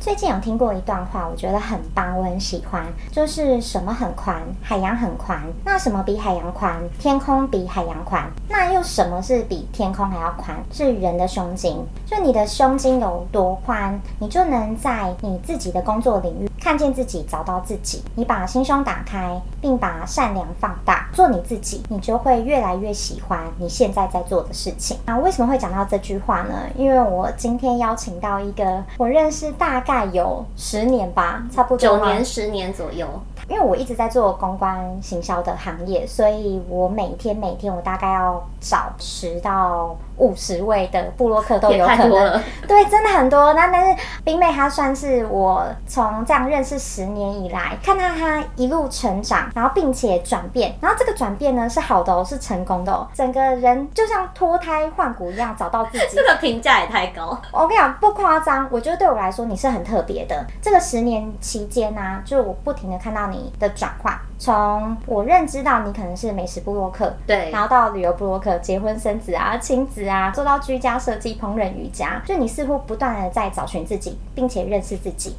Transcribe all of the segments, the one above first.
最近有听过一段话，我觉得很棒，我很喜欢，就是什么很宽，海洋很宽。那什么比海洋宽？天空比海洋宽。那又什么是比天空还要宽？是人的胸襟。就你的胸襟有多宽，你就能在你自己的工作领域看见自己，找到自己。你把心胸打开，并把善良放大，做你自己，你就会越来越喜欢你现在在做的事情。那为什么会讲到这句话呢？因为我今天邀请到一个我认识大概有10年吧，差不多 9年10年左右。 因为我一直在做公关行销的行业，所以我每天我大概要找10到50位的部落客都有可能。 也太多了。 对，真的很多。但是冰妹她算是我从这样认识10年以来，看到她一路成长，然后并且转变，然后这个转变呢是好的哦，是成功的哦，整个人就像脱胎换骨一样找到自己。 这个评价也太高。 我跟你讲不夸张，我觉得对我来说你是很特别的。这个10年期间啊，就我不停的看到你的转换，从我认知到你可能是美食部落客， 对， 然后到旅游部落客，结婚生子啊，亲子啊，做到居家设计、烹饪、瑜伽，就你似乎不断的在找寻自己，并且认识自己。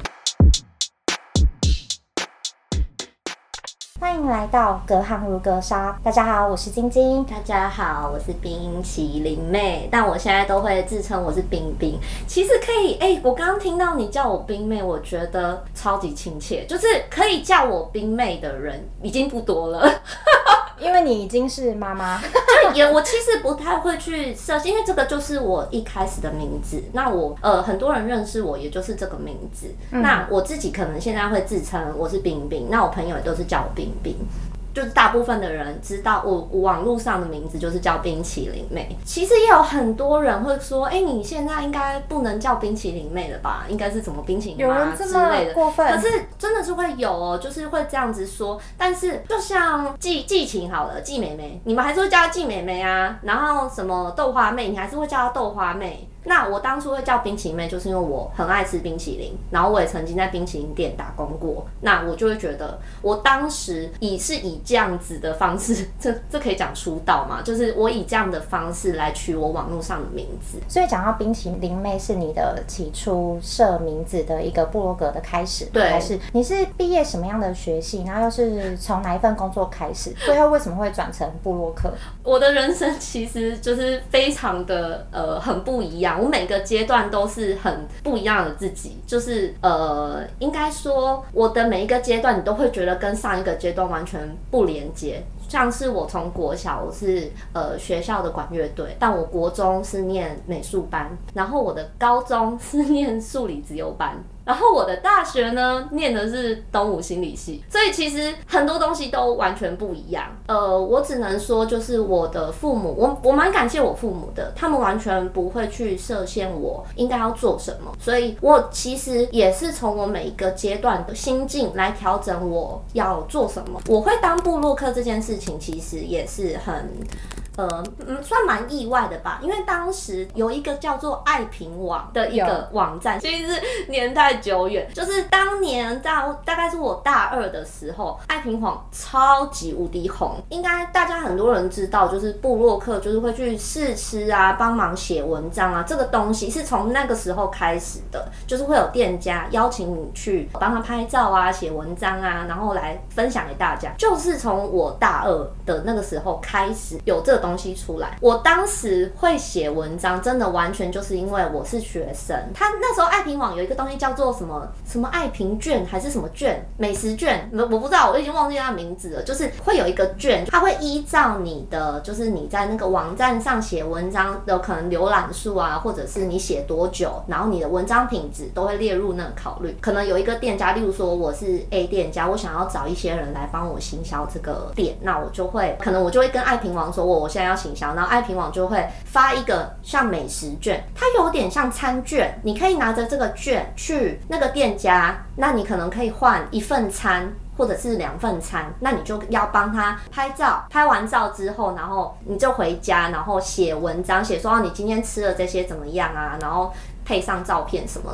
欢迎来到隔行如隔山，大家好，我是晶晶。 大家好，我是冰淇淋妹，但我现在都会自称我是冰冰。其实可以，我刚刚听到你叫我冰妹，我觉得超级亲切，就是可以叫我冰妹的人已经不多了。 因为你已经是妈妈， 我其实不太会去设计，因为这个就是我一开始的名字。那我很多人认识我，也就是这个名字。那我自己可能现在会自称我是冰冰，那我朋友也都是叫我冰冰。就是大部分的人知道我网络上的名字就是叫冰淇淋妹。其实也有很多人会说，你现在应该不能叫冰淇淋妹了吧？应该是什么冰淇淋妈之类的。 过分？ 可是真的是会有哦，就是会这样子说。但是就像季晴好了，季妹妹，你们还是会叫她季妹妹啊。然后什么豆花妹，你还是会叫她豆花妹。那我当初会叫冰淇淋妹，就是因为我很爱吃冰淇淋，然后我也曾经在冰淇淋店打工过。那我就会觉得，我当时以这样子的方式，这可以讲出道嘛？就是我以这样的方式来取我网络上的名字。 所以讲到冰淇淋妹是你的起初设名字的一个部落格的开始， 对？ 还是你是毕业什么样的学系，然后又是从哪一份工作开始？最后为什么会转成部落客？ 我的人生其实就是非常的很不一样。我每个阶段都是很不一样的自己，就是应该说我的每一个阶段，你都会觉得跟上一个阶段完全不连接。像是我从国小我是学校的管乐队，但我国中是念美术班，然后我的高中是念数理资优班，然后我的大学呢念的是东吴心理系，所以其实很多东西都完全不一样。我只能说就是我的父母，我蛮感谢我父母的，他们完全不会去设限我应该要做什么，所以我其实也是从我每一个阶段的心境来调整我要做什么。我会当部落客这件事情其实也是很算蛮意外的吧，因为当时有一个叫做爱评网的一个网站，其实是年代久远，就是当年大概是我大2的时候，爱评网超级无敌红，应该大家很多人知道，就是部落客就是会去试吃啊，帮忙写文章啊，这个东西是从那个时候开始的，就是会有店家邀请你去帮他拍照啊，写文章啊，然后来分享给大家，就是从我大2的那个时候开始有这个东西出来。我当时会写文章，真的完全就是因为我是学生。他那时候爱评网有一个东西叫做什么爱评卷还是什么卷，美食卷，我不知道，我已经忘记它的名字了。就是会有一个卷，它会依照你的，就是你在那个网站上写文章的可能浏览数啊，或者是你写多久，然后你的文章品质都会列入那个考虑。可能有一个店家，例如说我是 A 店家，我想要找一些人来帮我行销这个店，那我就会跟爱评网说我现在要行销，然后爱评网就会发一个像美食卷，它有点像餐券，你可以拿着这个券去那个店家，那你可能可以换1份餐或者是2份餐，那你就要帮他拍照，拍完照之后，然后你就回家，然后写文章，写说你今天吃了这些怎么样啊，然后配上照片什么的。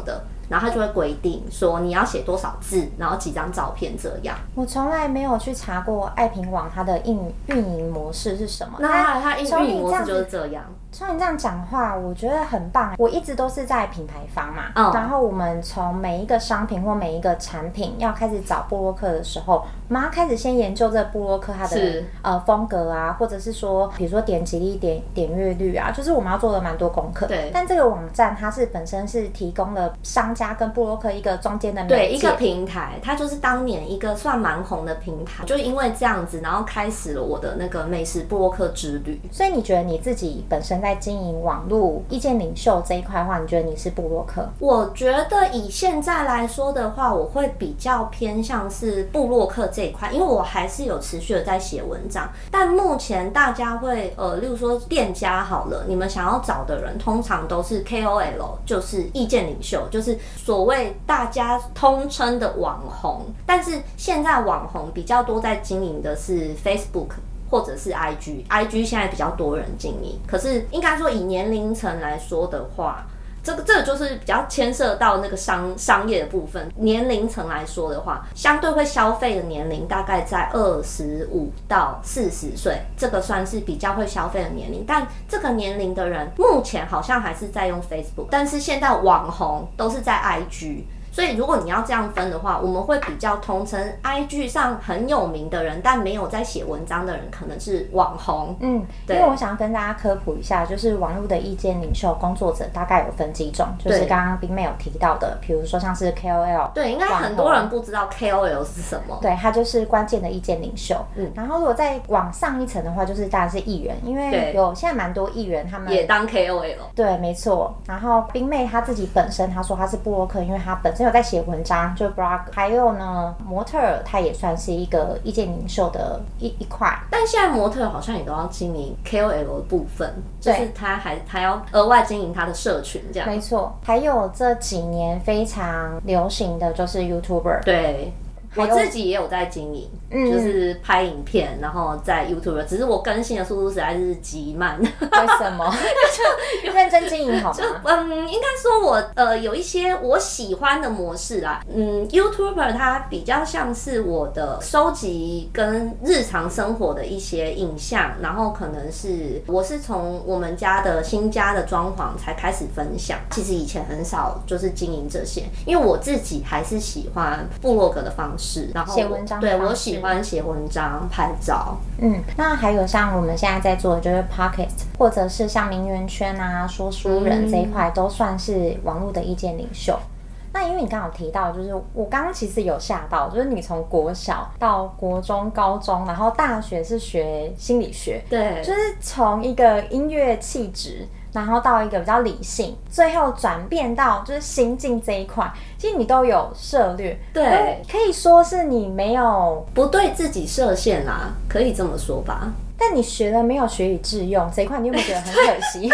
然后他就会规定说你要写多少字，然后几张照片这样。 我从来没有去查过爱评网它的运营模式是什么。 那它运营模式就是这样。 从你这样讲话，我觉得很棒。我一直都是在品牌方嘛，然后我们从每一个商品或每一个产品要开始找部落客的时候，我们要开始先研究这个部落客它的风格啊，或者是说，比如说点击率、点阅率啊，就是我们要做的蛮多功课。 对。 但这个网站它是本身是提供了商家跟部落客一个中间的媒介， 对，一个平台，它就是当年一个算蛮红的平台，就因为这样子，然后开始了我的那个美食部落客之旅。 所以你觉得你自己本身在经营网络意见领袖这一块的话，你觉得你是部落客？ 我觉得以现在来说的话，我会比较偏向是部落客这一块，因为我还是有持续的在写文章。但目前大家会例如说店家好了，你们想要找的人通常都是 KOL， 就是意见领袖，就是所谓大家通称的网红。但是现在网红比较多在经营的是 Facebook。或者是 IG 现在比较多人经营，可是应该说以年龄层来说的话，这个就是比较牵涉到那个商业的部分。年龄层来说的话，相对会消费的年龄大概在25到40岁，这个算是比较会消费的年龄。但这个年龄的人目前好像还是在用 Facebook， 但是现在网红都是在 IG。所以如果你要这样分的话，我们会比较通称 IG 上很有名的人，但没有在写文章的人，可能是网红。 对，因为我想要跟大家科普一下，就是网络的意见领袖工作者大概有分几种，就是刚刚冰妹有提到的，比如说像是 KOL。 对，应该很多人不知道 KOL 是什么。 对，它就是关键的意见领袖。然后如果再往上一层的话，就是当然是艺人，因为有现在蛮多艺人他们也当 KOL。 对，没错。然后冰妹她自己本身她说她是部落客，因为她本身有在写文章，就 blog。还有呢，模特儿她也算是一个意见领袖的一块。 但现在模特儿好像也都要经营 KOL 的部分，就是她还要额外经营她的社群这样。 没错。还有这几年非常流行的就是 YouTuber。 对。我自己也有在经营，就是拍影片，然后在 YouTube， 只是我更新的速度实在是极慢。为什么？就认真经营好吗？ 应该说我有一些我喜欢的模式啦。YouTuber 它比较像是我的收集跟日常生活的一些影像，然后可能是我是从我们家的新家的装潢才开始分享。其实以前很少就是经营这些，因为我自己还是喜欢部落格的方式。然后写文章， 对，我喜欢写文章、拍照。 那还有像我们现在在做的就是 Podcast， 或者是像名媛圈啊、说书人这一块，都算是网络的意见领袖。那因为你刚刚有提到，就是我刚刚其实有吓到，就是你从国小到国中、高中，然后大学是学心理学， 对， 就是从一个音乐气质。然后到一个比较理性，最后转变到就是心境这一块，其实你都有涉略， 对， 可以说是你没有不对自己设限啦，可以这么说吧。 但你学了没有学以致用这一块，你有没有觉得很可惜？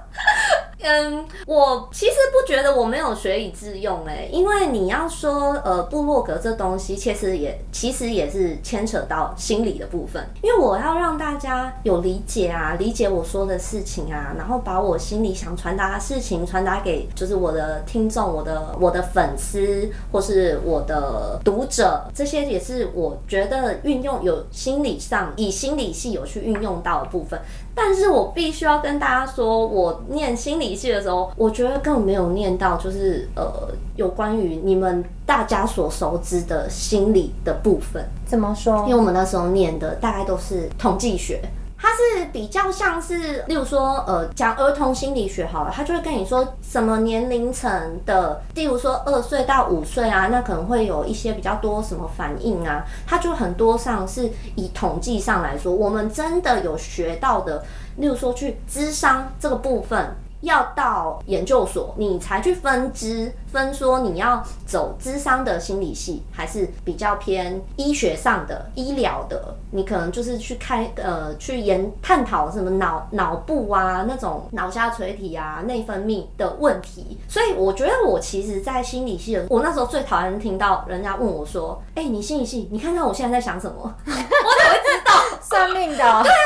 我其实不觉得我没有学以致用因为你要说部落格这东西其实也是牵扯到心理的部分，因为我要让大家有理解啊，理解我说的事情啊，然后把我心里想传达的事情传达给就是我的听众、我的粉丝或是我的读者，这些也是我觉得运用有心理上以心理系有去运用到的部分。但是我必须要跟大家说，我念心理系的时候，我觉得根本没有念到就是有关于你们大家所熟知的心理的部分。 怎么说？ 因为我们那时候念的大概都是统计学。它是比较像是，例如说，讲儿童心理学好了，他就会跟你说什么年龄层的，例如说2岁到5岁啊，那可能会有一些比较多什么反应啊，它就很多上是以统计上来说，我们真的有学到的，例如说去諮商这个部分。要到研究所，你才去分说你要走諮商的心理系，还是比较偏医学上的、医疗的。你可能就是去探讨什么脑部啊，那种脑下垂体啊、内分泌的问题。所以我觉得我其实，在心理系的，我那时候最讨厌听到人家问我说：“你心理系，你看看我现在在想什么？”我怎么会知道？ 算命的。 对啊。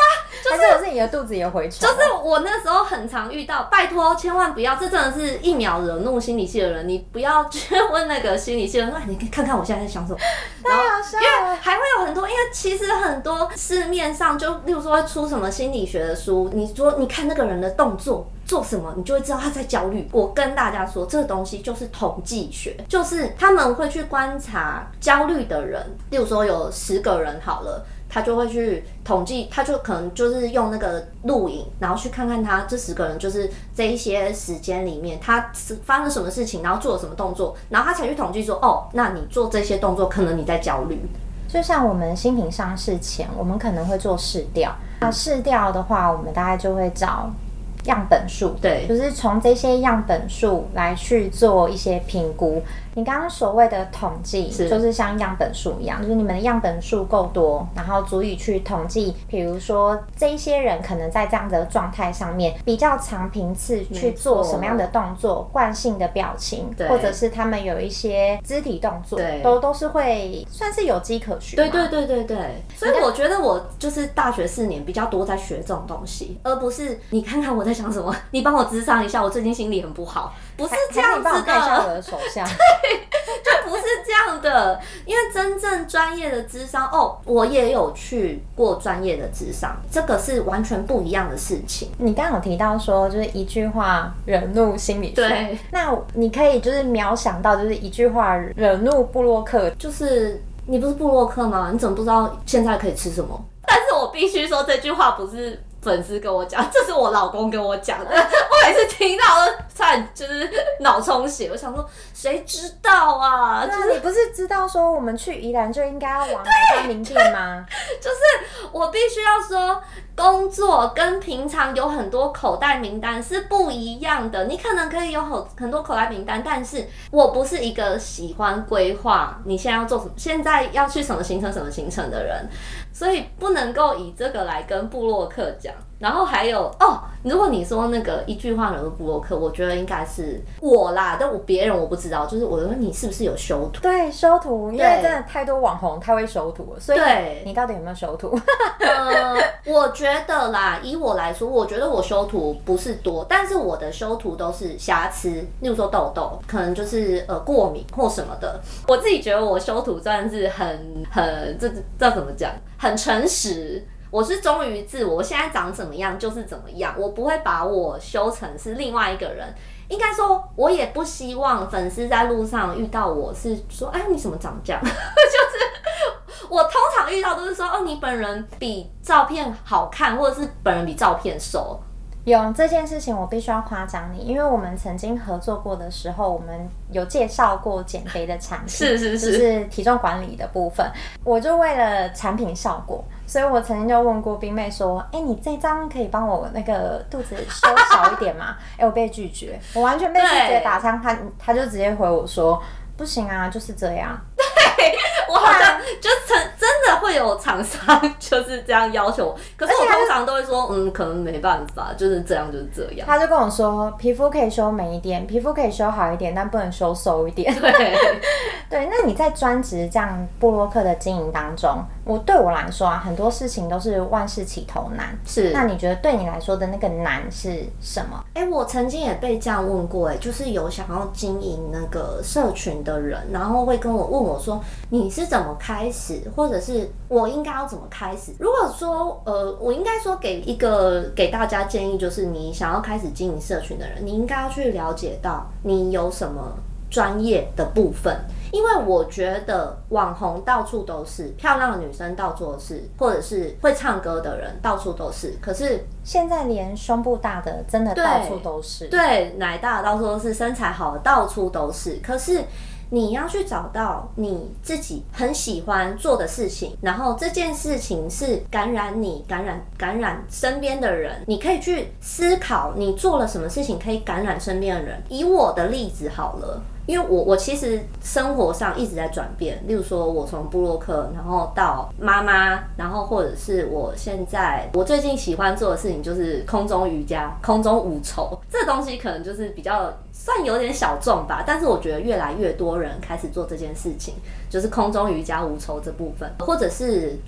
还是你的肚子也蛔虫？ 就是我那时候很常遇到，拜托千万不要，这真的是一秒惹怒心理系的人，你不要去问那个心理系的人说，你看看我现在在想什么。 太好笑了， 因为还会有很多，因为其实很多市面上就例如说会出什么心理学的书，你说你看那个人的动作做什么，你就会知道他在焦虑。我跟大家说，这个东西就是统计学，就是他们会去观察焦虑的人，例如说有10个人好了。他就会去统计，他就可能就是用那个录影，然后去看看他这10个人就是这一些时间里面他发生什么事情，然后做了什么动作，然后他才去统计说，哦，那你做这些动作，可能你在焦虑。 就像我们新品上市前，我们可能会做试调，那试调的话，我们大概就会找样本数， 对， 就是从这些样本数来去做一些评估。你刚刚所谓的统计，就是像样本数一样，就是你们的样本数够多，然后足以去统计，比如说这一些人可能在这样的状态上面比较长频次去做什么样的动作，惯性的表情，或者是他们有一些肢体动作，都是会算是有迹可循。 对。所以我觉得我就是大学4年比较多在学这种东西，而不是你看看我在想什么，你帮我咨商一下，我最近心里很不好，不是这样子的。 你帮我看一下我的手相。 就不是这样的，因为真正专业的咨商，我也有去过专业的咨商，这个是完全不一样的事情。 你刚刚有提到说，就是一句话惹怒心理学， 对， 那你可以就是秒想到，就是一句话惹怒部落客， 就是你不是部落客吗？你怎么不知道现在可以吃什么？但是我必须说，这句话不是粉丝跟我讲，这是我老公跟我讲的。我每次听到都差点就是脑充血，我想说谁知道啊？ 就是你不是知道说我们去宜兰就应该要往哪家名店吗？ 就是我必须要说，工作跟平常有很多口袋名单是不一样的。你可能可以有很多口袋名单，但是我不是一个喜欢规划你现在要做什么，现在要去什么行程什么行程的人，所以不能够以这个来跟部落客讲。然后还有如果你说那个一句话惹怒部落客，我觉得应该是我啦，但别人我不知道。就是我说你是不是有修图？ 对，修图，因为真的太多网红太会修图了，所以你到底有没有修图？ 我觉得啦，以我来说，我觉得我修图不是多，但是我的修图都是瑕疵，例如说痘痘，可能就是过敏或什么的。我自己觉得我修图算是很这怎么讲？很诚实。我是忠于自我，现在长怎么样就是怎么样，我不会把我修成是另外一个人。应该说，我也不希望粉丝在路上遇到我是说，哎，你怎么长这样？就是我通常遇到都是说，你本人比照片好看，或者是本人比照片瘦。 有这件事情，我必须要夸奖你，因为我们曾经合作过的时候，我们有介绍过减肥的产品， 是就是体重管理的部分。我就为了产品效果，所以我曾经就问过冰妹说：“你这张可以帮我那个肚子收小一点吗？”我被拒绝，我完全被拒绝打枪，他就直接回我说：“不行啊，就是这样。” 对，我好像就真的会有厂商就是这样要求，可是我通常都会说，可能没办法，就是这样，就是这样。 他就跟我说，皮肤可以修美一点，皮肤可以修好一点，但不能修瘦一点。对，那你在专职这样部落客的经营当中，对我来说啊，很多事情都是万事起头难。 是， 那你觉得对你来说的那个难是什么？ 我曾经也被这样问过，就是有想要经营那个社群的人，然后会跟我问我说，你是怎么开始，或者是我应该要怎么开始？如果说我应该说给大家建议，就是你想要开始经营社群的人，你应该要去了解到你有什么专业的部分。因为我觉得网红到处都是，漂亮的女生到处都是，或者是会唱歌的人到处都是。可是现在连胸部大的真的到处都是， 对，奶大的到处都是，身材好的到处都是。可是你要去找到你自己很喜欢做的事情，然后这件事情是感染你、感染身边的人，你可以去思考你做了什么事情可以感染身边的人。以我的例子好了。因为我其实生活上一直在转变，例如说我从部落客，然后到妈妈，然后或者是我最近喜欢做的事情就是空中瑜伽、空中舞筹，这个东西可能就是比较算有点小众吧，但是我觉得越来越多人开始做这件事情，就是空中瑜伽、舞筹这部分，或者是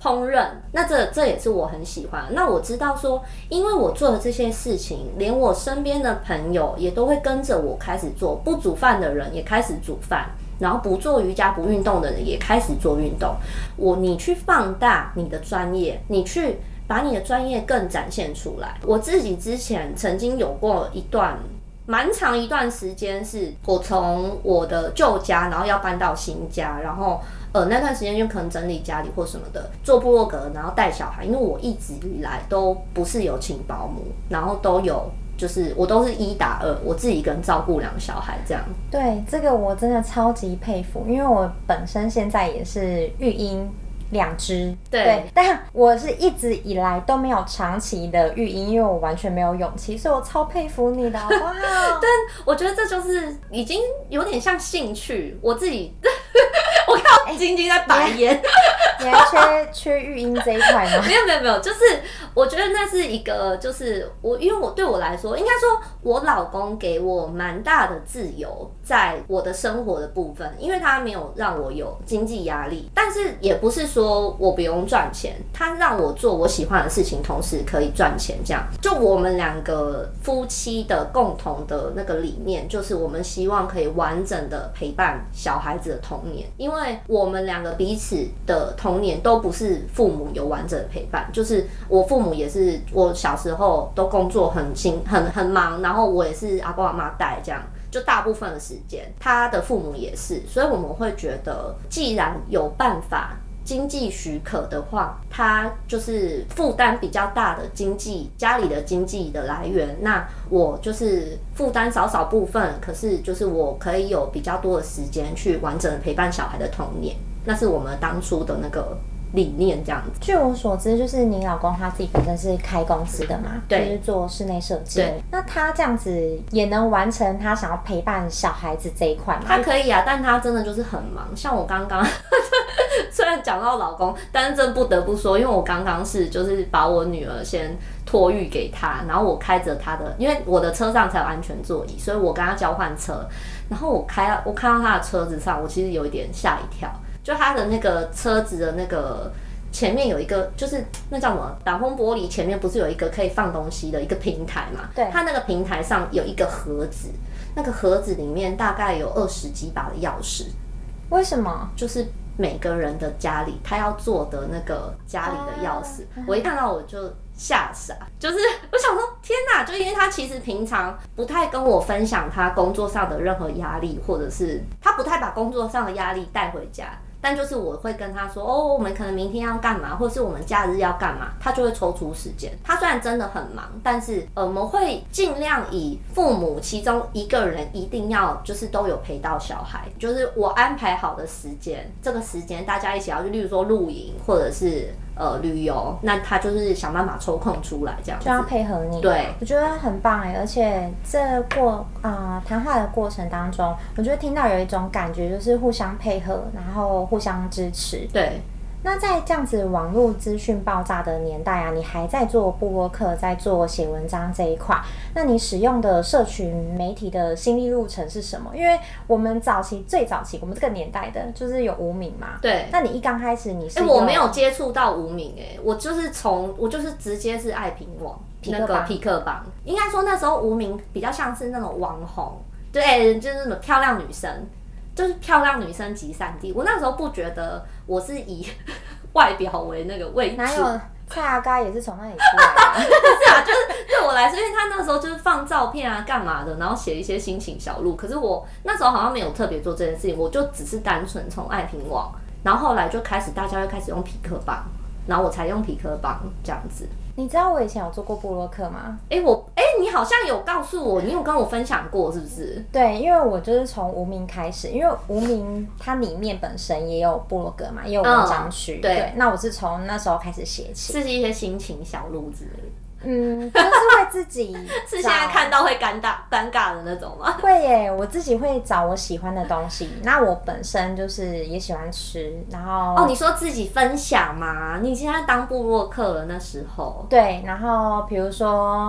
烹饪，那这也是我很喜欢。那我知道说，因为我做的这些事情，连我身边的朋友也都会跟着我开始做，不煮饭的人也开始煮饭。然后不做瑜伽不运动的人也开始做运动。你去放大你的专业，你去把你的专业更展现出来。我自己之前曾经有过蛮长一段时间，是我从我的旧家，然后要搬到新家，然后那段时间就可能整理家里或什么的，做部落格，然后带小孩，因为我一直以来都不是有请保姆，然后都有。就是我都是1打2，我自己一个人照顾2个小孩这样。 对，这个我真的超级佩服，因为我本身现在也是育婴2只，对，但我是一直以来都没有长期的育婴，因为我完全没有勇气，所以我超佩服你的，好不好？ 但我觉得这就是已经有点像兴趣，我自己。我看到晶晶在白眼， 你还缺育婴这一块吗？ 没有，就是我觉得那是一个，就是因为对我来说，应该说我老公给我蛮大的自由，在我的生活的部分，因为他没有让我有经济压力，但是也不是说我不用赚钱，他让我做我喜欢的事情，同时可以赚钱，这样就我们2个夫妻的共同的那个理念，就是我们希望可以完整的陪伴小孩子的童年，因为我们2个彼此的童年都不是父母有完整的陪伴，就是我父母也是我小时候都工作很忙，然后我也是阿公阿妈带这样。就大部分的时间，他的父母也是，所以我们会觉得，既然有办法经济许可的话，他就是负担比较大的家里的经济的来源，那我就是负担少部分，可是就是我可以有比较多的时间去完整的陪伴小孩的童年，那是我们当初的那个理念这样子。 据我所知，就是你老公他自己本身是开公司的嘛， 对， 就是做室内设计。 对， 那他这样子也能完成他想要陪伴小孩子这一块吗？ 他可以啊，但他真的就是很忙。像我刚刚虽然讲到老公，但是真不得不说，因为我刚刚就是把我女儿先托育给他，然后我开着他的，因为我的车上才有安全座椅，所以我跟他交换车，然后我看到他的车子上，我其实有一点吓一跳。就他的那个车子的那个前面有一个，就是那叫什么挡风玻璃前面不是有一个可以放东西的一个平台嘛？ 对， 他那个平台上有一个盒子，那个盒子里面大概有20几把的钥匙。 为什么？ 就是每个人的家里他要做的那个家里的钥匙，我一看到我就吓傻，就是我想说天哪，就因为他其实平常不太跟我分享他工作上的任何压力，或者是他不太把工作上的压力带回家。但就是我会跟他说，我们可能明天要干嘛，或是我们假日要干嘛，他就会抽出时间。他虽然真的很忙，但是我们会尽量以父母其中一个人一定要就是都有陪到小孩，就是我安排好的时间，这个时间大家一起要去，例如说露营或者是旅游，那他就是想办法抽空出来，这样子就要配合你。 对， 我觉得很棒哎，而且谈话的过程当中，我觉得听到有一种感觉，就是互相配合，然后互相支持。 对。 那在这样子网络资讯爆炸的年代啊，你还在做部落客，在做写文章这一块，那你使用的社群媒体的心路历程是什么？因为我们最早期，我们这个年代的就是有无名嘛。 对。 那你一刚开始你是我没有接触到无名我就是直接是爱评网那个匹克榜，应该说那时候无名比较像是那种网红，对，就是那种漂亮女生。就是漂亮女生集散地，我那时候不觉得我是以外表为那个位置， 哪有蔡阿嘎也是从那里出来的？ 不是啊，就是对我来说，因为他那时候就是放照片啊，干嘛的，然后写一些心情小录。可是我那时候好像没有特别做这件事情，我就只是单纯从爱评网，然后后来就大家就开始用匹克榜，然后我才用匹克榜这样子。 你知道我以前有做过部落客吗？ 你好像有告诉我，你有跟我分享过，是不是？ 对，因为我就是从无名开始，因为无名它里面本身也有部落格嘛，也有文章区。对，那我是从那时候开始写起， 是一些心情小录之类的。 就是会自己是现在看到会尴尬的那种吗？ 会耶，我自己会找我喜欢的东西。那我本身就是也喜欢吃，然后你说自己分享吗？你现在当部落客了那时候？ 对，然后比如说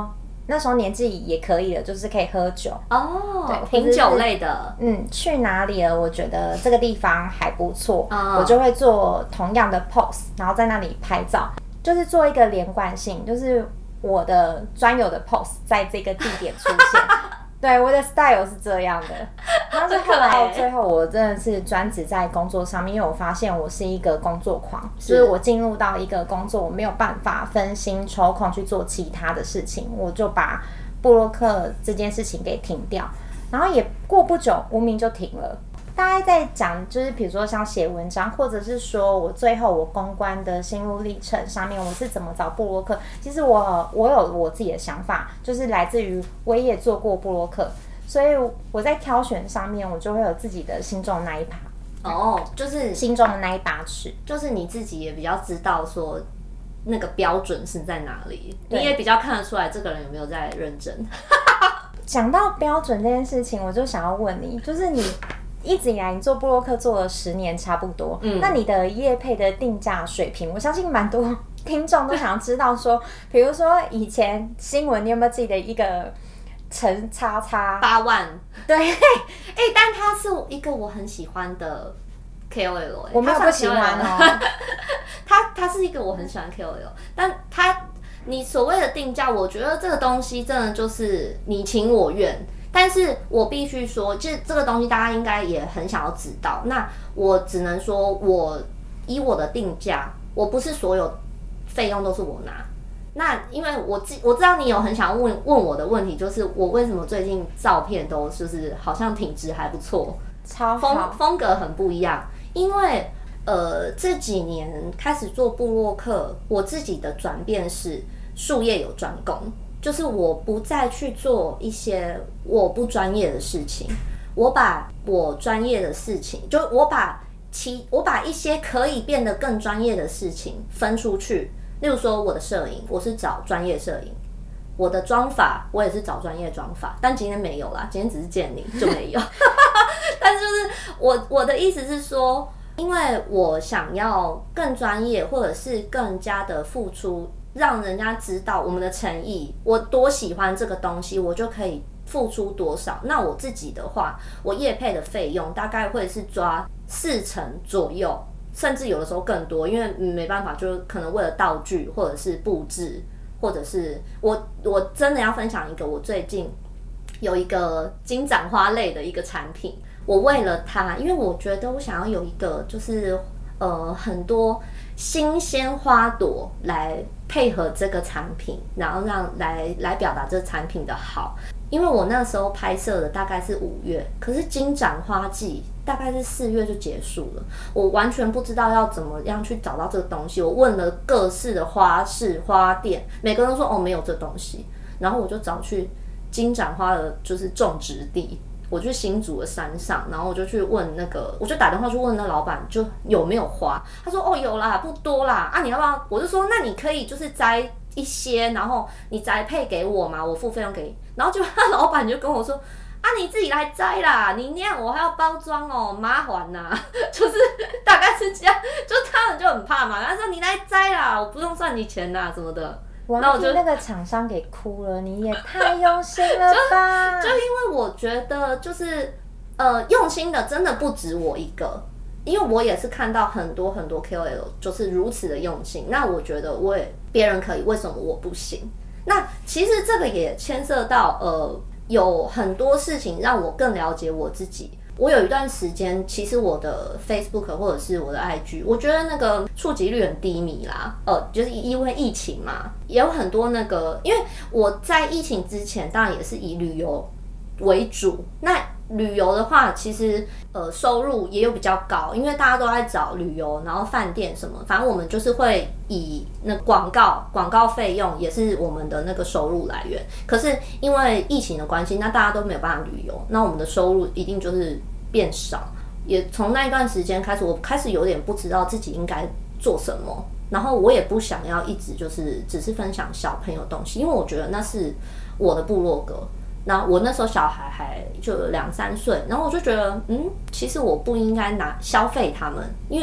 那时候年纪也可以了，就是可以喝酒哦， 对， 品酒类的， 去哪里了？我觉得这个地方还不错， 哦我就会做同样的 pose， 然后在那里拍照，就是做一个连贯性，就是我的专有的 pose 在这个地点出现。对，我的 style 是这样的。但是后来最后我真的是专职在工作上面，因为我发现我是一个工作狂，就是我进入到一个工作，我没有办法分心抽空去做其他的事情，我就把部落客这件事情给停掉。然后也过不久，无名就停了。大概在讲，就是比如说像写文章，或者是说我最后我公关的心路历程上面，我是怎么找部落客。其实我有我自己的想法，就是来自于我也做过部落客，所以我在挑选上面，我就会有自己的心中的那一把。 哦，就是心中的那一把尺， 就是你自己也比较知道说那个标准是在哪里，你也比较看得出来这个人有没有在认真。 讲到标准这件事情，我就想要问你，就是你一直以来你做部落客做了10年差不多，那你的业配的定价水平，我相信蛮多听众都想要知道说，比如说以前新闻，你有没有记得一个陈叉叉 8万？ 对， 但他是一个我很喜欢的 KOL， 我没有不喜欢哦。 他是一个我很喜欢 KOL， 但你所谓的定价，我觉得这个东西真的就是你情我愿。但是我必须说，这个东西大家应该也很想要知道。那我只能说，我以我的定价，我不是所有费用都是我拿。那因为我知道你有很想问我的问题，就是我为什么最近照片都就是好像品质还不错， 超好， 风格很不一样。因为这几年开始做部落客，我自己的转变是术业有专攻。就是我不再去做一些我不专业的事情，我把我专业的事情，就我把一些可以变得更专业的事情分出去。例如说我的摄影，我是找专业摄影；我的妆法，我也是找专业妆法。但今天没有啦，今天只是见你就没有。但是就是我的意思是说，因为我想要更专业，或者是更加的付出。让人家知道我们的诚意，我多喜欢这个东西，我就可以付出多少。那我自己的话，我业配的费用大概会是抓40%左右，甚至有的时候更多，因为没办法，就可能为了道具或者是布置，或者是我真的要分享一个，我最近有一个金盏花类的一个产品，我为了它，因为我觉得我想要有一个就是很多新鲜花朵来配合这个产品，然后来表达这个产品的好。因为我那时候拍摄的大概是5月，可是金盏花季大概是4月就结束了，我完全不知道要怎么样去找到这个东西。我问了各式的花市花店，每个人都说没有这东西，然后我就找去金盏花的就是种植地。我去新竹的山上，然后我就去问我就打电话去问那老板，就有没有花。他说有啦，不多啦。你要不要？我就说那你可以就是摘一些，然后你摘配给我嘛，我付费用给你。然后就他老板就跟我说你自己来摘啦，你那样我还要包装麻烦呐。就是大概是这样，就他们就很怕嘛。他说你来摘啦，我不用算你钱啦什么的。 我要替那个厂商给哭了，你也太用心了吧！ 就因为我觉得就是用心的真的不止我一个，因为我也是看到很多很多 KOL 就是如此的用心。那我觉得别人可以，为什么我不行？那其实这个也牵涉到有很多事情让我更了解我自己。我有一段时间，其实我的 Facebook 或者是我的 IG， 我觉得那个触及率很低迷啦。就是因为疫情嘛，也有很多因为我在疫情之前，当然也是以旅游为主。那旅游的话，其实收入也有比较高，因为大家都在找旅游，然后饭店什么，反正我们就是会以那广告费用也是我们的那个收入来源。可是因为疫情的关系，那大家都没有办法旅游，那我们的收入一定就是变少。也从那一段时间开始，我开始有点不知道自己应该做什么，然后我也不想要一直就是只是分享小朋友的东西，因为我觉得那是我的部落格。那我那时候小孩还就2、3岁，然后我就觉得，其实我不应该消费他们，因为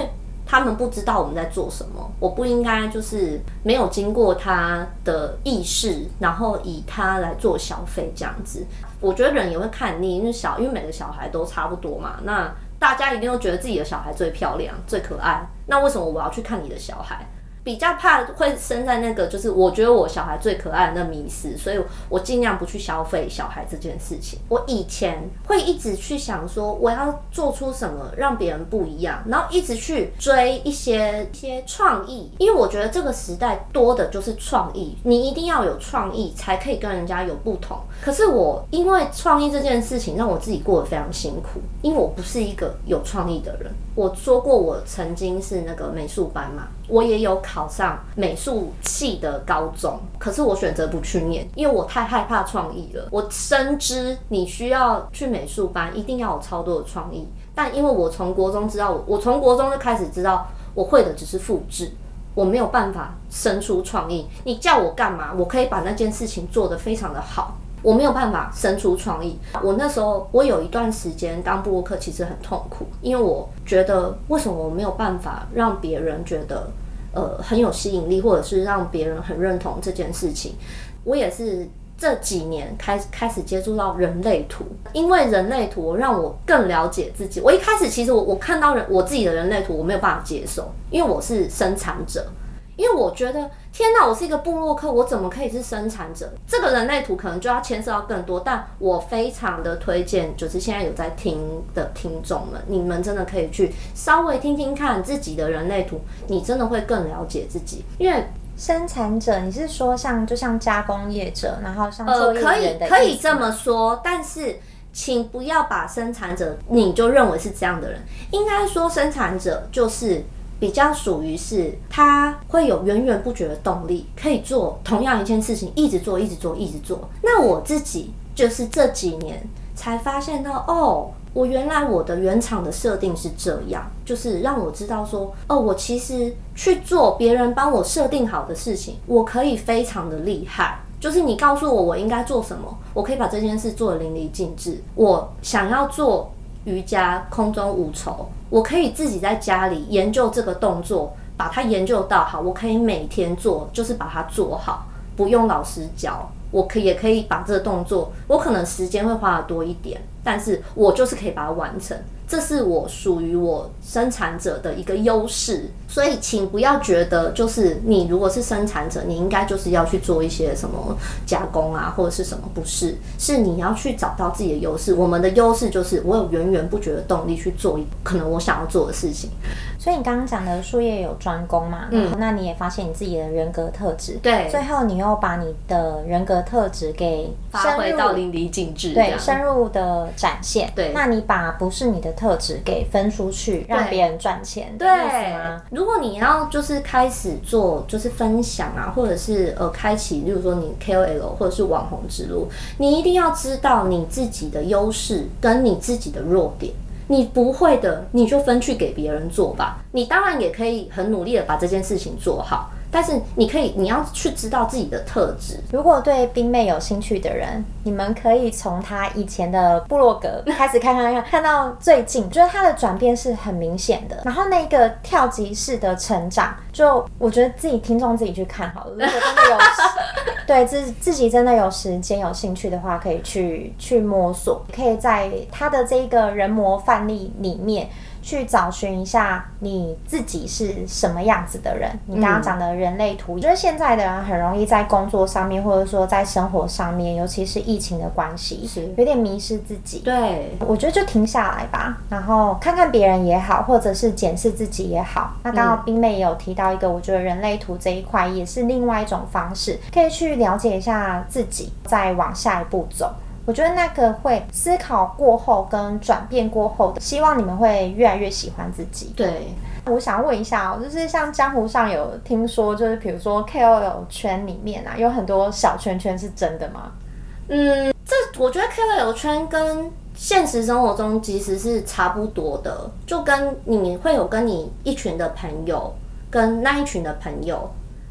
他们不知道我们在做什么，我不应该就是没有经过他的意识，然后以他来做消费这样子。我觉得人也会看腻，因为每个小孩都差不多嘛，那大家一定都觉得自己的小孩最漂亮、最可爱，那为什么我要去看你的小孩？比较怕会生在那个，就是我觉得我小孩最可爱的那迷思，所以我尽量不去消费小孩这件事情。我以前会一直去想说，我要做出什么让别人不一样，然后一直去追一些创意，因为我觉得这个时代多的就是创意，你一定要有创意才可以跟人家有不同。可是我因为创意这件事情让我自己过得非常辛苦，因为我不是一个有创意的人。我说过我曾经是那个美术班嘛，我也有考上美术系的高中，可是我选择不去念，因为我太害怕创意了。我深知你需要去美术班一定要有超多的创意，但因为我从国中知道，我从国中就开始知道我会的只是复制，我没有办法生出创意。你叫我干嘛，我可以把那件事情做得非常的好，我没有办法生出创意。我那时候我有一段时间当部落客其实很痛苦，因为我觉得为什么我没有办法让别人觉得很有吸引力，或者是让别人很认同这件事情。我也是这几年开始接触到人类图，因为人类图让我更了解自己。我一开始其实我看到我自己的人类图，我没有办法接受，因为我是生产者。因为我觉得天哪，我是一个部落客，我怎么可以是生产者？这个人类图可能就要牵涉到更多，但我非常的推荐，就是现在有在听的听众们，你们真的可以去稍微听听看自己的人类图，你真的会更了解自己。因为生产者，你是说就像加工业者，然后像作业员的意思吗？ 可以这么说，但是请不要把生产者你就认为是这样的人，应该说生产者就是比较属于是他会有源源不绝的动力，可以做同样一件事情，一直做。那我自己就是这几年才发现到，我原来我的原厂的设定是这样，就是让我知道说，我其实去做别人帮我设定好的事情，我可以非常的厉害。就是你告诉我应该做什么，我可以把这件事做得淋漓尽致。我想要做瑜伽空中无酬，我可以自己在家里研究这个动作，把它研究到好，我可以每天做，就是把它做好，不用老师教，也可以把这个动作，我可能时间会花得多一点，但是我就是可以把它完成。这是我属于我生产者的一个优势，所以请不要觉得就是你如果是生产者，你应该就是要去做一些什么加工啊，或者是什么，不是，是你要去找到自己的优势。我们的优势就是我有源源不绝的动力去做可能我想要做的事情。 所以你刚刚讲的术业有专攻嘛，那你也发现你自己的人格特质， 对， 最后你又把你的人格特质给发挥到淋漓尽致， 对，深入的展现。 对， 那你把不是你的特质给分出去，让别人赚钱的意思吗？ 如果你要就是开始做就是分享啊，或者是开启，例如说你 KOL 或者是网红之路，你一定要知道你自己的优势跟你自己的弱点。你不会的，你就分去给别人做吧。你当然也可以很努力的把这件事情做好，但是你要去知道自己的特质。 如果对冰妹有兴趣的人，你们可以从她以前的部落格开始看到最近，觉得她的转变是很明显的。然后那个跳级式的成长，就我觉得听众自己去看好了。如果真的有对自己真的有时间有兴趣的话，可以去摸索，可以在她的这个人模范例里面去找寻一下你自己是什么样子的人。你刚刚讲的人类图，我觉得现在的人很容易在工作上面，或者说在生活上面，尤其是疫情的关系，有点迷失自己。 对， 我觉得就停下来吧，然后看看别人也好，或者是检视自己也好。那刚刚冰妹也有提到一个，我觉得人类图这一块也是另外一种方式，可以去了解一下自己，再往下一步走。我觉得那个会思考过后跟转变过后的，希望你们会越来越喜欢自己。 对， 我想问一下就是像江湖上有听说，就是比如说 KOL 圈里面啊，有很多小圈圈，是真的吗？ 我觉得 KOL 圈跟现实生活中其实是差不多的，就跟你会有跟你一群的朋友，跟那一群的朋友。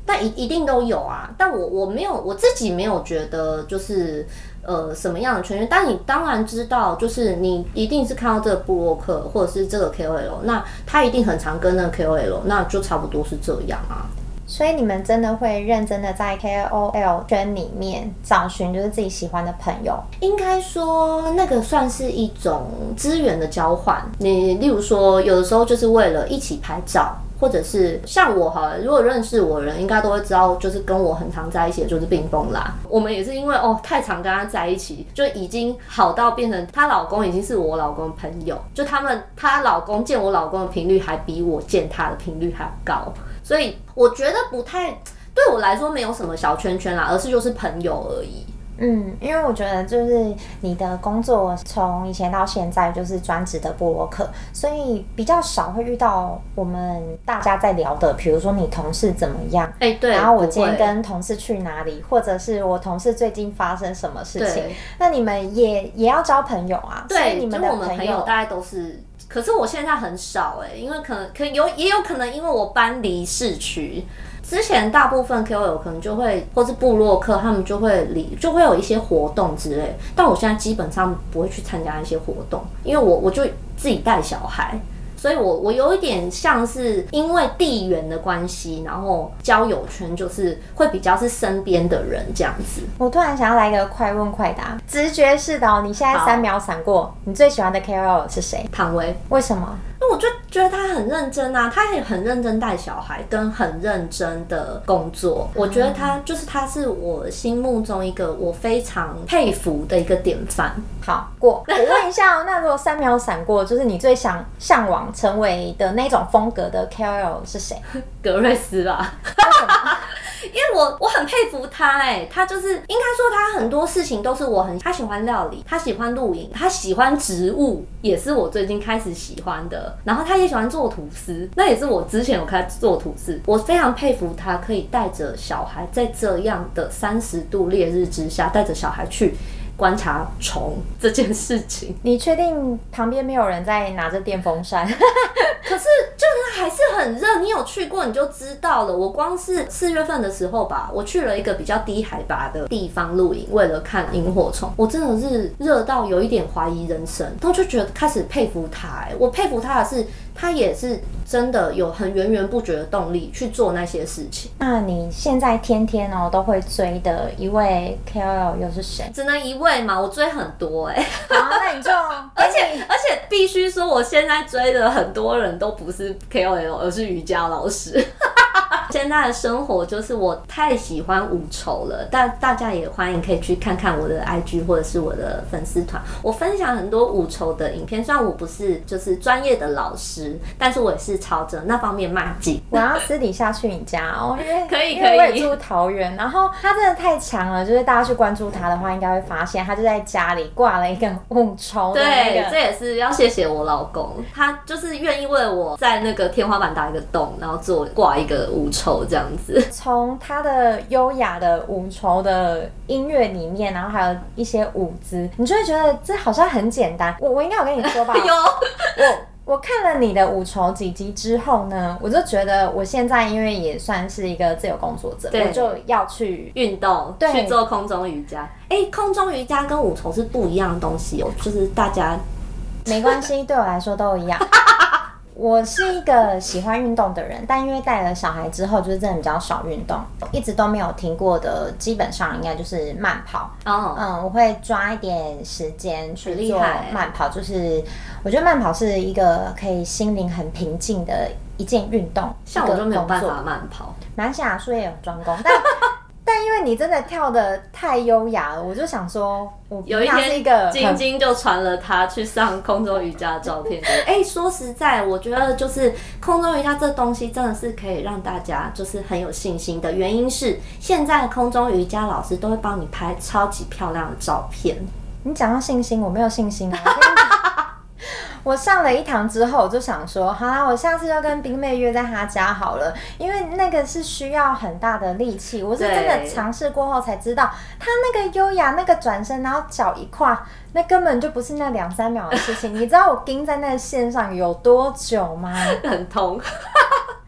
但一定都有啊。但我没有，我自己没有觉得就是什么样的圈圈。但你当然知道，就是你一定是看到这个部落客或者是这个 KOL， 那他一定很常跟那个 KOL， 那就差不多是这样啊。 所以你们真的会认真的在 KOL 圈里面找寻就是自己喜欢的朋友？ 应该说那个算是一种资源的交换。你例如说有的时候就是为了一起拍照，或者是像我好了，如果认识我的人应该都会知道，就是跟我很常在一起的就是冰崩啦。我们也是因为太常跟他在一起，就已经好到变成她老公已经是我老公的朋友，就她老公见我老公的频率还比我见他的频率还要高。所以我觉得不太对我来说没有什么小圈圈啦，而是就是朋友而已。 因为我觉得就是你的工作从以前到现在就是专职的部落客，所以比较少会遇到我们大家在聊的，比如说你同事怎么样， 对， 然后我今天跟同事去哪里，或者是我同事最近发生什么事情，那你们也要交朋友啊。 对， 所以你们的就我们朋友大概都是。可是我现在很少因为也有可能因为我搬离市区，之前大部分 KOL 可能就会或是部落客他们就会有一些活动之类，但我现在基本上不会去参加一些活动，因为我就自己带小孩。所以我有一点像是因为地缘的关系，然后交友圈就是会比较是身边的人这样子。 我突然想要来一个快问快答，直觉式的你现在3秒闪过，你最喜欢的 KOL 是谁？ 唐薇。 为什么？ 因为我就觉得他很认真啊，他也很认真带小孩，跟很认真的工作。我觉得他是我心目中一个我非常佩服的一个典范。 好过，我问一下那如果3秒闪过，就是你最向往成为的那种风格的 KOL 是谁？ 格瑞斯啦。 为什么？ 因为我很佩服他他就是应该说他很多事情都是他喜欢料理，他喜欢露营，他喜欢植物，也是我最近开始喜欢的。然后他也喜欢做吐司，那也是我之前有开始做吐司。我非常佩服他可以带着小孩在这样的30度烈日之下，带着小孩去观察虫这件事情。 你确定旁边没有人在拿着电风扇？ 可是就是还是很热，你有去过你就知道了。我光是4月份的时候吧，我去了一个比较低海拔的地方露营，为了看萤火虫，我真的是热到有一点怀疑人生，然后就觉得开始佩服他我佩服他的是他也是真的有很源源不绝的动力去做那些事情。 那你现在天天都会追的一位 KOL 又是谁？ 只能一位嘛？我追很多好，那你就而且必须说，我现在追的很多人都不是 KOL， 而是瑜伽老师。现在的生活就是我太喜欢五筹了，但大家也欢迎可以去看看我的 IG 或者是我的粉丝团，我分享很多五筹的影片。虽然我不是就是专业的老师，但是我也是朝着那方面迈进。 我要私底下去你家因为可以， 因为我也住桃园，然后他真的太强了，就是大家去关注他的话，应该会发现他就在家里挂了一个五筹的那个。 对，这也是要谢谢我老公，他就是愿意为我在那个天花板打一个洞，然后挂一个五筹这样子。 从他的优雅的五筹的音乐里面，然后还有一些舞姿，你就会觉得这好像很简单。我应该有跟你说吧？ 有。 我看了你的五筹几集之后呢，我就觉得我现在因为也算是一个自由工作者，我就要去运动，去做空中瑜伽。空中瑜伽跟五筹是不一样的东西就是大家没关系，对我来说都一样。我是一个喜欢运动的人，但因为带了小孩之后，就是真的比较少运动，一直都没有停过的，基本上应该就是慢跑。我会抓一点时间去做慢跑，就是我觉得慢跑是一个可以心灵很平静的一件运动。 像我就没有办法慢跑， 马来西亚术业有专攻，但因为你真的跳得太优雅了，我就想说， 有一天晶晶就传了她去上空中瑜伽的照片。说实在，我觉得就是空中瑜伽这东西真的是可以让大家就是很有信心的原因是，现在空中瑜伽老师都会帮你拍超级漂亮的照片。 你讲到信心，我没有信心啊。我上了一堂之后，我就想说，好啦，我下次就跟冰妹约在她家好了，因为那个是需要很大的力气。我是真的尝试过后才知道，她那个优雅，那个转身，然后脚一跨，那根本就不是那2-3秒的事情。你知道我盯在那个线上有多久吗？ 很痛。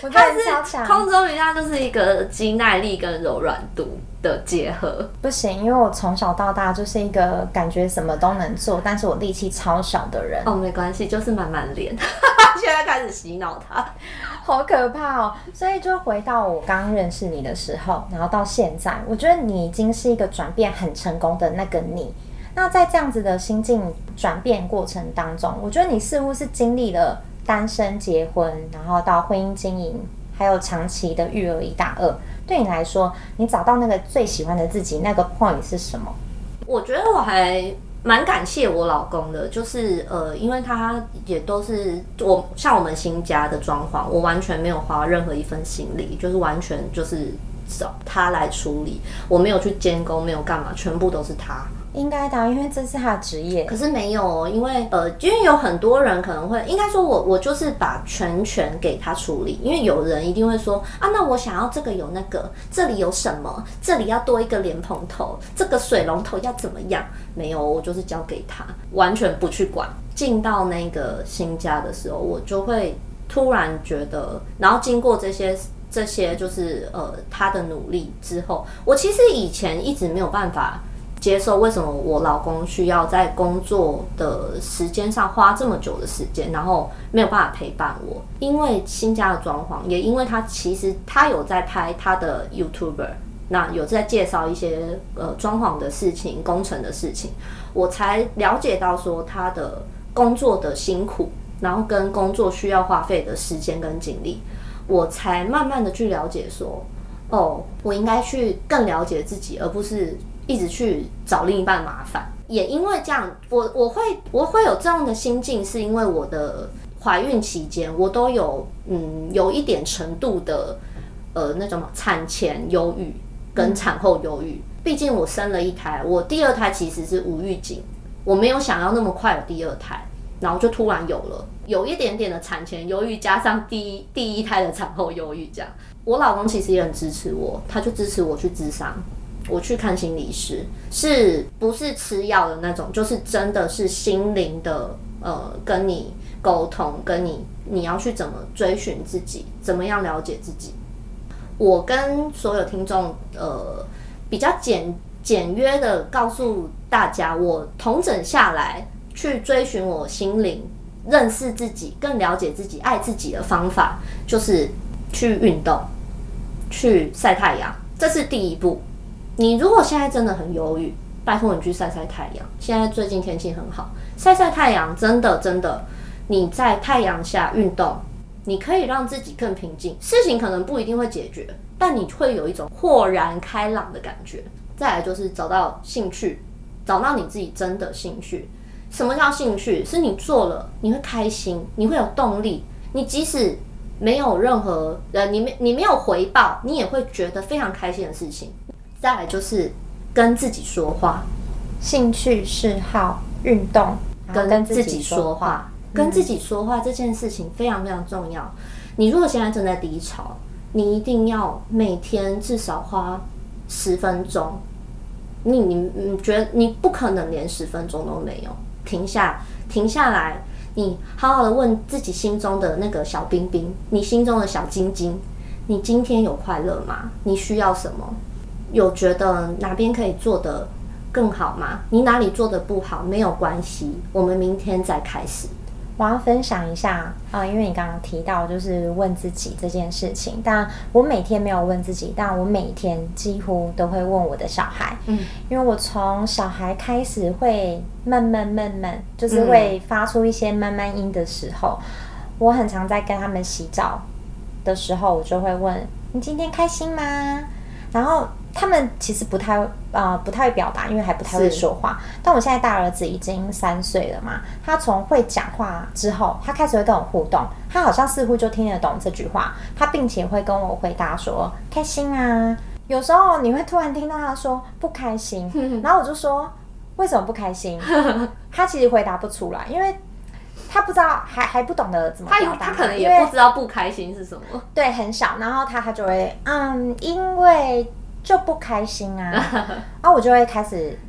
我觉得你超强。 空中瑜伽就是一个肌耐力跟柔软度的结合。 不行，因为我从小到大就是一个感觉什么都能做，但是我力气超小的人。 哦，没关系，就是慢慢练。现在开始洗脑他， 好可怕哦！所以就回到我刚认识你的时候，然后到现在，我觉得你已经是一个转变很成功的那个你。那在这样子的心境转变过程当中，我觉得你似乎是经历了单身、结婚，然后到婚姻经营，还有长期的育儿一打二。对你来说，你找到那个最喜欢的自己，那个 point 是什么？ 我觉得我还蛮感谢我老公的，就是因为他也都是像我们新家的装潢，我完全没有花任何一分心力，就是完全就是找他来处理，我没有去监工，没有干嘛，全部都是他。 应该的，因为这是他的职业。 可是没有哦，因为有很多人可能会，应该说我就是把全权给他处理，因为有人一定会说啊，那我想要这个有那个，这里有什么，这里要多一个莲蓬头，这个水龙头要怎么样？没有，我就是交给他，完全不去管。进到那个新家的时候，我就会突然觉得，然后经过这些就是他的努力之后，我其实以前一直没有办法接受为什么我老公需要在工作的时间上花这么久的时间，然后没有办法陪伴我。因为新家的装潢，也因为他有在拍他的 YouTuber， 那有在介绍一些装潢的事情、工程的事情，我才了解到说他的工作的辛苦，然后跟工作需要花费的时间跟精力，我才慢慢的去了解说，哦，我应该去更了解自己，而不是一直去找另一半麻烦。也因为这样，我会有这样的心境，是因为我的怀孕期间，我都有一点程度的那种产前忧郁跟产后忧郁。毕竟我生了一胎，我第二胎其实是无预警，我没有想要那么快有第二胎，然后就突然有一点点的产前忧郁，加上第一胎的产后忧郁，这样。我老公其实也很支持我，他就支持我去咨商。我去看心理师，是不是吃药的那种？就是真的是心灵的，跟你沟通，跟你要去怎么追寻自己，怎么样了解自己。我跟所有听众，比较简约的告诉大家，我统整下来去追寻我心灵，认识自己，更了解自己，爱自己的方法，就是去运动，去晒太阳，这是第一步。你如果现在真的很忧郁，拜托你去晒晒太阳。现在最近天气很好，晒晒太阳，真的，你在太阳下运动，你可以让自己更平静。事情可能不一定会解决，但你会有一种豁然开朗的感觉。再来就是找到兴趣，找到你自己真的兴趣。什么叫兴趣？是你做了你会开心，你会有动力。你即使没有任何你没有回报，你也会觉得非常开心的事情。再来就是跟自己说话， 兴趣、嗜好、运动， 跟自己说话，跟自己说话这件事情非常非常重要。你如果现在正在低潮，你一定要每天至少花10分钟。你觉得你不可能连10分钟都没有，停下来，你好好的问自己心中的那个小冰冰，你心中的小晶晶，你今天有快乐吗？你需要什么？有觉得哪边可以做得更好吗？你哪里做得不好没有关系，我们明天再开始。 我要分享一下因为你刚刚提到就是问自己这件事情，但我每天没有问自己，但我每天几乎都会问我的小孩。因为我从小孩开始会闷，就是会发出一些闷音的时候，我很常在跟他们洗澡的时候，我就会问你今天开心吗？然后他们其实不太会表达，因为还不太会说话。但我现在大儿子已经3岁了嘛，他从会讲话之后，他开始会跟我互动，他好像似乎就听得懂这句话，他并且会跟我回答说开心啊。有时候你会突然听到他说不开心，然后我就说为什么不开心？他其实回答不出来，因为他不知道，还不懂得怎么表达， 他可能也不知道不开心是什么。 对，很小，然后他就会因为就不开心啊，然后我就会开始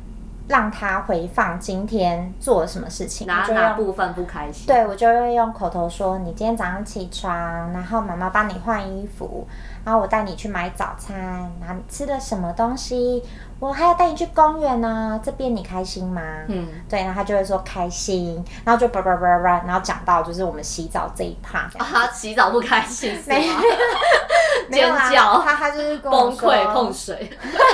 让他回放今天做了什么事情， 哪部分不开心？ 对，我就会用口头说，你今天早上起床，然后妈妈帮你换衣服，然后我带你去买早餐，然后你吃了什么东西，我还要带你去公园呢，这边你开心吗？对，然后他就会说开心，然后就叭叭叭叭，然后讲到就是我们洗澡这一趴， 他洗澡不开心是吗？ 没有尖叫， 他就是跟我说崩溃碰水。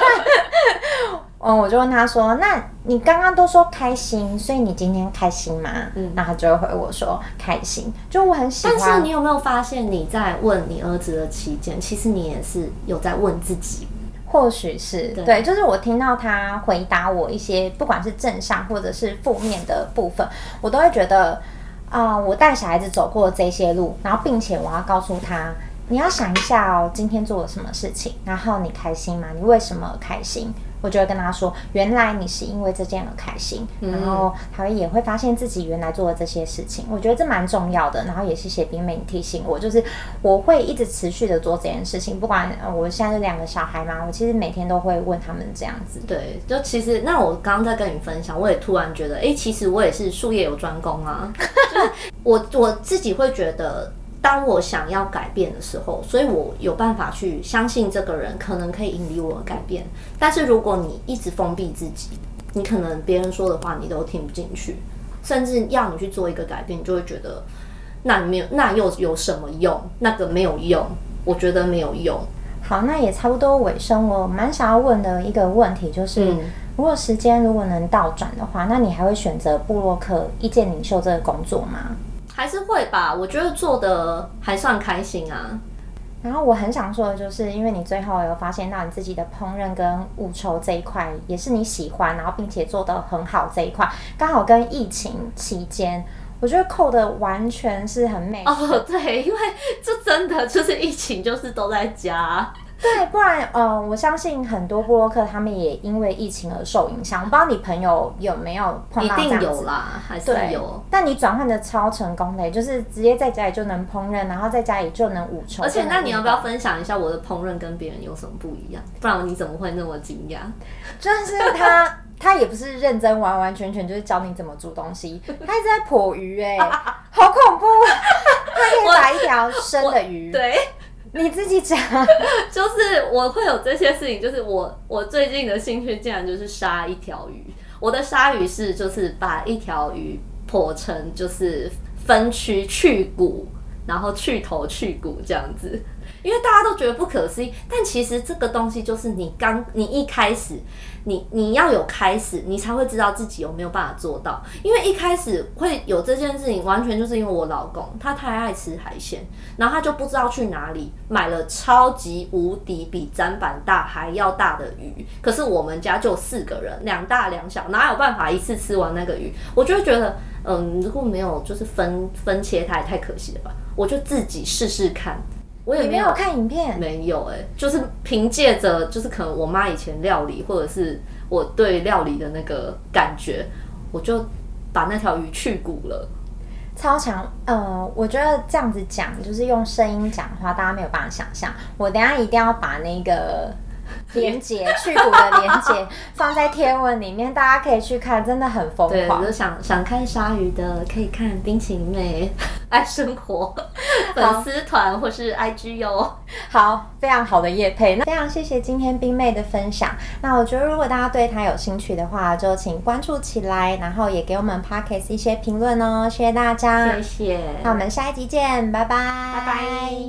我就问他说：“那你刚刚都说开心，所以你今天开心吗？”然后他就会回我说：“开心。”就我很喜欢。 但是你有没有发现，你在问你儿子的期间，其实你也是有在问自己？ 或许是 对，就是我听到他回答我一些不管是正向或者是负面的部分，我都会觉得我带小孩子走过这些路，然后并且我要告诉他。你要想一下哦，今天做了什么事情，然后你开心吗？你为什么开心？我就会跟他说，原来你是因为这件而开心，然后他也会发现自己原来做了这些事情，我觉得这蛮重要的。然后也谢谢冰妹你提醒我，就是我会一直持续的做这件事情，不管我现在是2个小孩嘛，我其实每天都会问他们这样子。 对，就其实那我刚刚在跟你分享，我也突然觉得，其实我也是术业有专攻啊，就是我自己会觉得。当我想要改变的时候，所以我有办法去相信这个人可能可以引领我的改变。但是如果你一直封闭自己，你可能别人说的话你都听不进去，甚至要你去做一个改变，你就会觉得那又有什么用？那个没有用，我觉得没有用。 好，那也差不多尾声，我蛮想要问的一个问题就是，如果时间如果能倒转的话，那你还会选择部落客意见领袖这个工作吗？ 还是会吧，我觉得做的还算开心啊。 然后我很想说的就是，因为你最后有发现到你自己的烹饪跟物筹这一块也是你喜欢，然后并且做得很好这一块，刚好跟疫情期间，我觉得扣的完全是很美。 对，因为这真的就是疫情，就是都在家。 对，不然我相信很多部落客他们也因为疫情而受影响。我不知道你朋友有没有碰到这样子？ 一定有啦，还是有。 但你转换的超成功的，就是直接在家里就能烹饪，然后在家里就能午筹。 而且，那你要不要分享一下我的烹饪跟别人有什么不一样？不然你怎么会那么惊讶？ 就是他也不是认真完完全全就是教你怎么煮东西，他一直在剖鱼好恐怖！他可以把一条生的鱼， 对。 你自己讲， 就是我会有这些事情，就是我最近的兴趣竟然就是杀一条鱼。我的杀鱼是就是把一条鱼剖成就是分区去骨，然后去头去骨这样子。因为大家都觉得不可思议，但其实这个东西就是你一开始，你要有开始，你才会知道自己有没有办法做到。因为一开始会有这件事情，完全就是因为我老公他太爱吃海鲜，然后他就不知道去哪里买了超级无敌比砧板大还要大的鱼，可是我们家就4个人，2大2小，哪有办法一次吃完那个鱼？我就会觉得，如果没有就是分切它也太可惜了吧，我就自己试试看。我也没有看影片， 没有就是凭借着就是可能我妈以前料理，或者是我对料理的那个感觉，我就把那条鱼去骨了。 超强，我觉得这样子讲，就是用声音讲话，大家没有办法想象。我等一下一定要把那个连结去骨的连结放在贴文里面，大家可以去看，真的很疯狂。 对，就想看鲨鱼的，可以看冰淇淋妹爱生活粉丝团或是 IG 哟。 好，非常好的业配，那非常谢谢今天冰妹的分享。那我觉得如果大家对她有兴趣的话，就请关注起来，然后也给我们 Podcast 一些评论哦，谢谢大家， 谢谢。 那我们下一集见，拜拜， 拜拜。